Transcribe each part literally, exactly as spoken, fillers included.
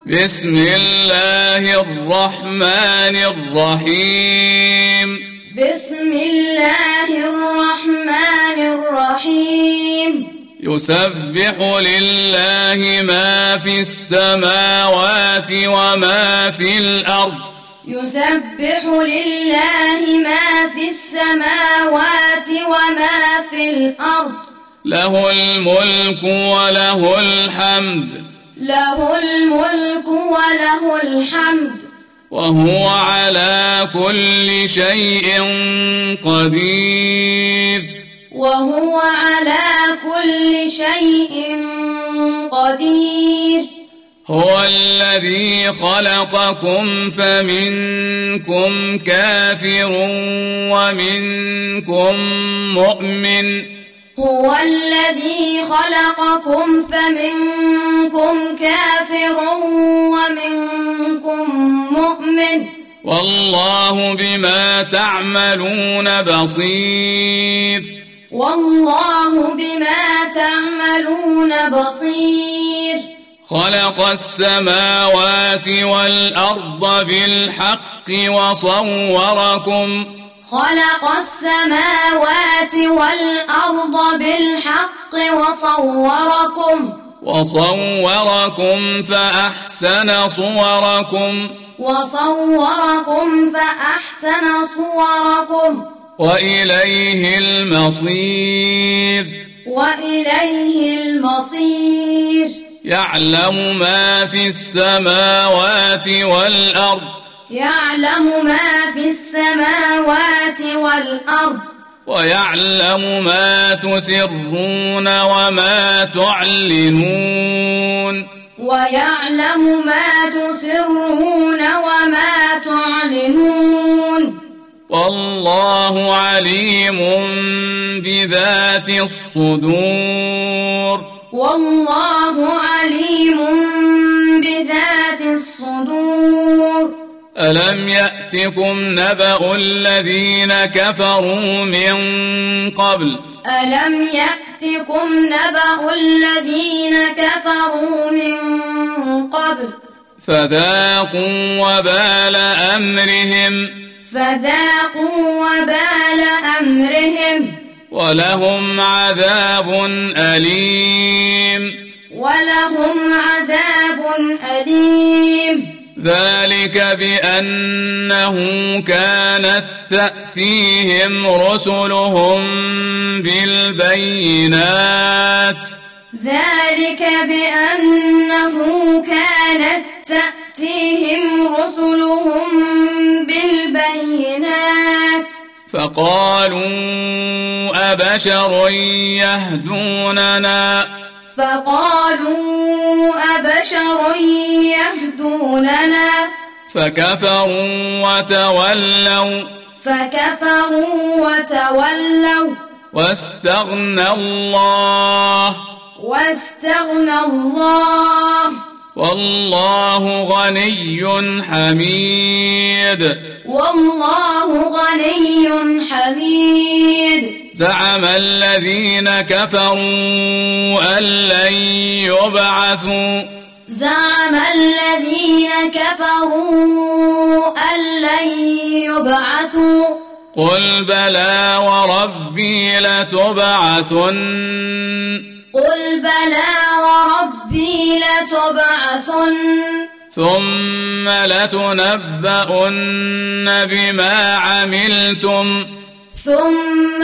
بسم الله الرحمن الرحيم بسم الله الرحمن الرحيم يسبح لله ما في السماوات وما في الأرض يسبح لله ما في السماوات وما في الأرض له الملك وله الحمد له الملك وله الحمد وهو على كل شيء قدير وهو على كل شيء قدير هو الذي خلقكم فمنكم كافر ومنكم مؤمن هو الذي خلقكم فمنكم كافر ومنكم مؤمن والله بما تعملون بصير والله بما تعملون بصير خلق السماوات والأرض بالحق وصوركم خلق السماوات والأرض بالحق وصوركم وصوركم فأحسن صوركم وصوركم فأحسن صوركم وإليه المصير وإليه المصير يعلم ما في السماوات والأرض يعلم ما في السماوات والأرض ويعلم ما تسرون وما تعلنون ويعلم ما تسرون وما تعلنون والله عليم بذات الصدور والله عليم بذات الصدور ألم يأتكم نبأ الذين كفروا من قبل ألم يأتكم نبأ الذين كفروا من قبل فذاقوا وبال أمرهم فذاقوا وبال أمرهم ولهم عذاب أليم ولهم عذاب أليم ذلك بأنه كانت تأتيهم رسلهم بالبينات ذلك بأنه كانت تأتيهم رسلهم بالبينات فقالوا أبشر يهدوننا فقالوا أبشر يهدوننا فكفروا وتولوا فكفروا وتولوا واستغنى الله واستغنى الله والله غني حميد والله غني حميد زعم الذين كفروا أن لن يبعثوا زعم الذين كفروا أن لن يبعثوا قل بلى وربي لتبعثن قل بلى وربي لتبعثن ثم لتنبؤن بما عملتم ثم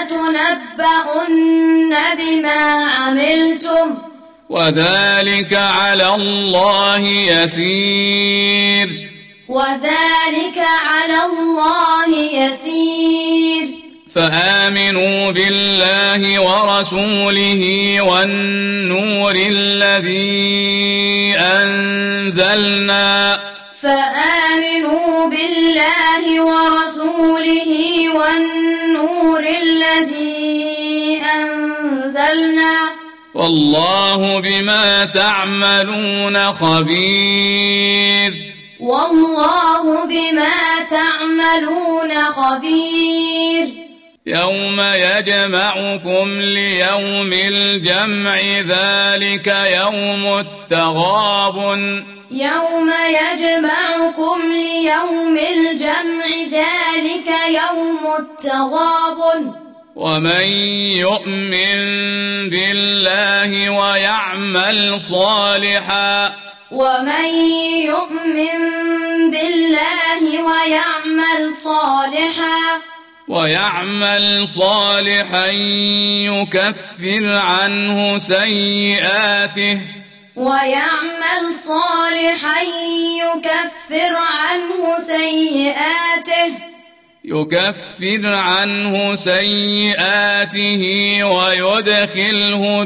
لتنبؤن بما عملتم وذلك على الله يسير وذلك على الله يسير فآمنوا بالله ورسوله والنور الذي أنزلنا فآمنوا بالله ورسوله والنور الذي أنزلنا والله بما تعملون خبير والله بما تعملون خبير يوم يجمعكم ليوم الجمع ذلك يوم التغابن يوم يجمعكم ليوم الجمع ذلك يوم التغابن ومن يؤمن بالله ويعمل صالحا ومن يؤمن بالله ويعمل صالحا ويعمل صالحا يكفر عنه سيئاته ويعمل صالحا يكفر عنه سيئاته يكفر عنه سيئاته ويدخله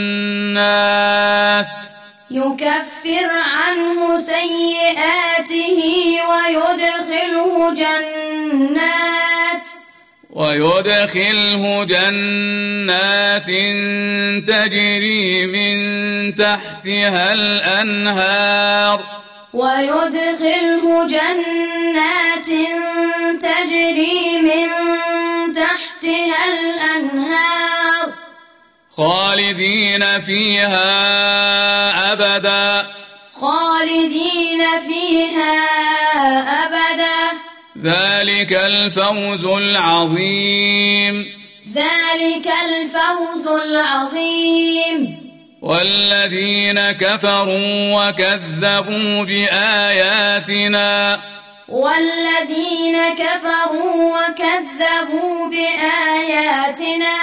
جنات يكفر عنه سيئاته ويدخله جنات ويدخله جنات تجري من تحتها الأنهار ويدخله جنات تجري من تحتها الأنهار خالدين فيها أبدا خالدين فيها أبدا ذلك الفوز العظيم ذلك الفوز العظيم والذين كفروا وكذبوا بآياتنا والذين كفروا وكذبوا بآياتنا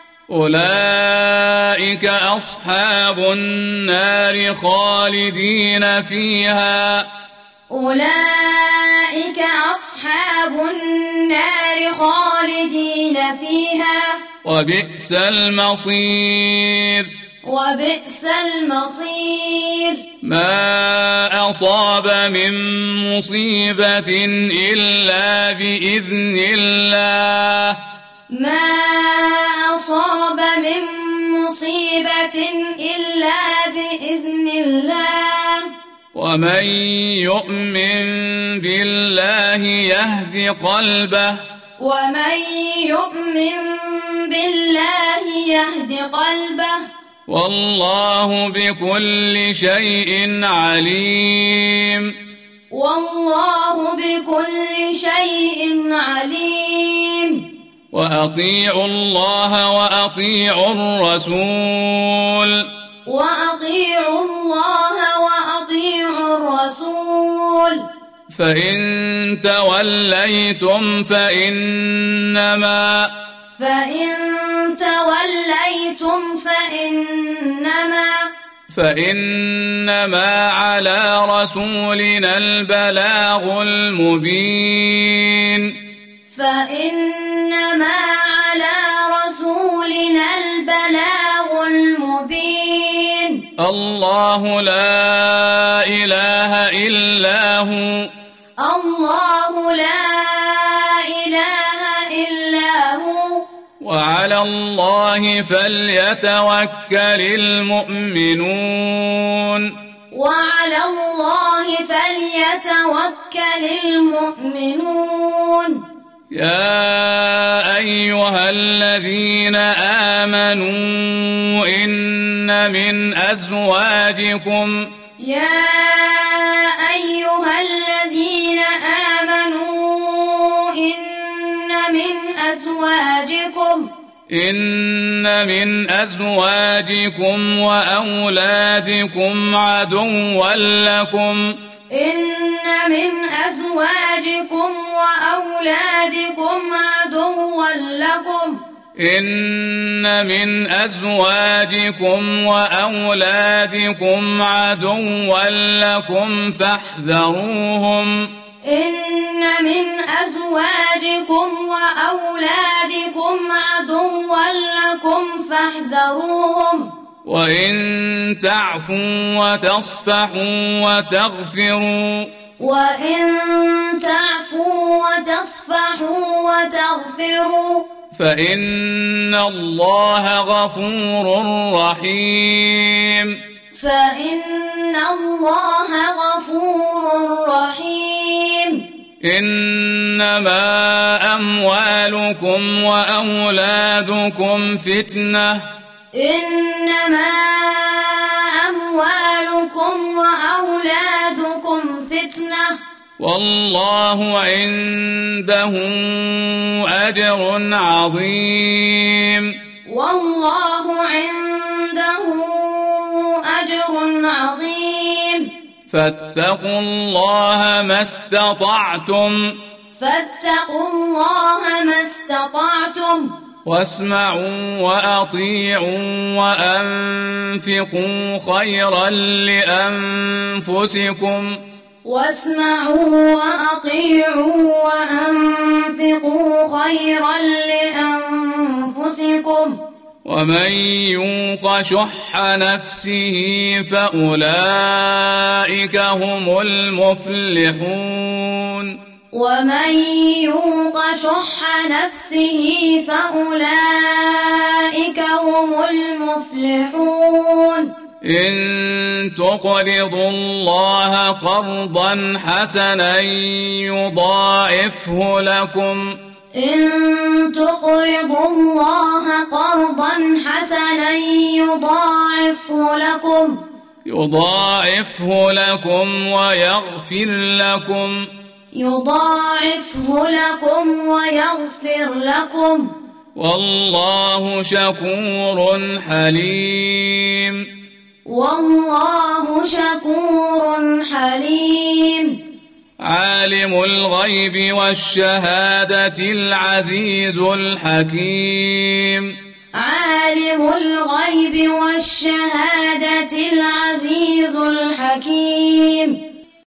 أولئك أصحاب النار خالدين فيها أولئك أصحاب النار خالدين فيها وبئس المصير وبئس المصير ما أصاب من مصيبة إلا بإذن الله ما أصاب من مصيبة إلا بإذن الله ومن يؤمن بالله يهد قلبه ومن يؤمن بالله يهد قلبه والله بكل شيء عليم والله بكل شيء عليم وأطيعوا الله وأطيعوا الرسول وأطيعوا الله وأطيعوا الرسول فإن توليتم فإنما فإن توليتم فإنما فإنما على رسولنا البلاغ المبين فإنما على رسولنا البلاغ المبين الله لا إله إلا هو الله لا إله إلا هو وعلى الله فليتوكل المؤمنون وعلى الله فليتوكل المؤمنون يا أيها الذين آمنوا إن من أزواجكم يا أيها الذين آمنوا إن من أزواجكم إن من أزواجكم وأولادكم عدوا لكم إن من أزواجكم وأولادكم عدوا لكم إن من أزواجكم وأولادكم عدوا لكم فاحذروهم إن من أزواجكم وأولادكم عدوا لكم فاحذروهم وإن تعفوا وتصفحوا وتغفروا وإن تعفوا وتصفحوا وتغفروا فإن الله غفور رحيم فإن الله غفور رحيم إنما أموالكم وأولادكم فتنة إنما أموالكم وأولادكم فتنة والله عنده أجر عظيم والله عنده أجر عظيم فاتقوا الله ما استطعتم فاتقوا الله ما استطعتم واسمعوا وأطيعوا وأنفقوا خيرا لأنفسكم واسمعوا وأطيعوا وأنفقوا خيرا لأنفسكم ومن يوق شح نفسه فأولئك هم المفلحون ومن يوق شح نفسه فأولئك هم المفلحون إن تقرضوا الله قرضا حسنا يضاعفه لكم إن تقرضوا الله قرضا حسنا يضاعفه لكم يضاعفه لكم ويغفر لكم يضاعفه لكم ويغفر لكم والله شكور حليم والله شكور حليم عالم الغيب والشهادة العزيز الحكيم عالم الغيب والشهادة العزيز الحكيم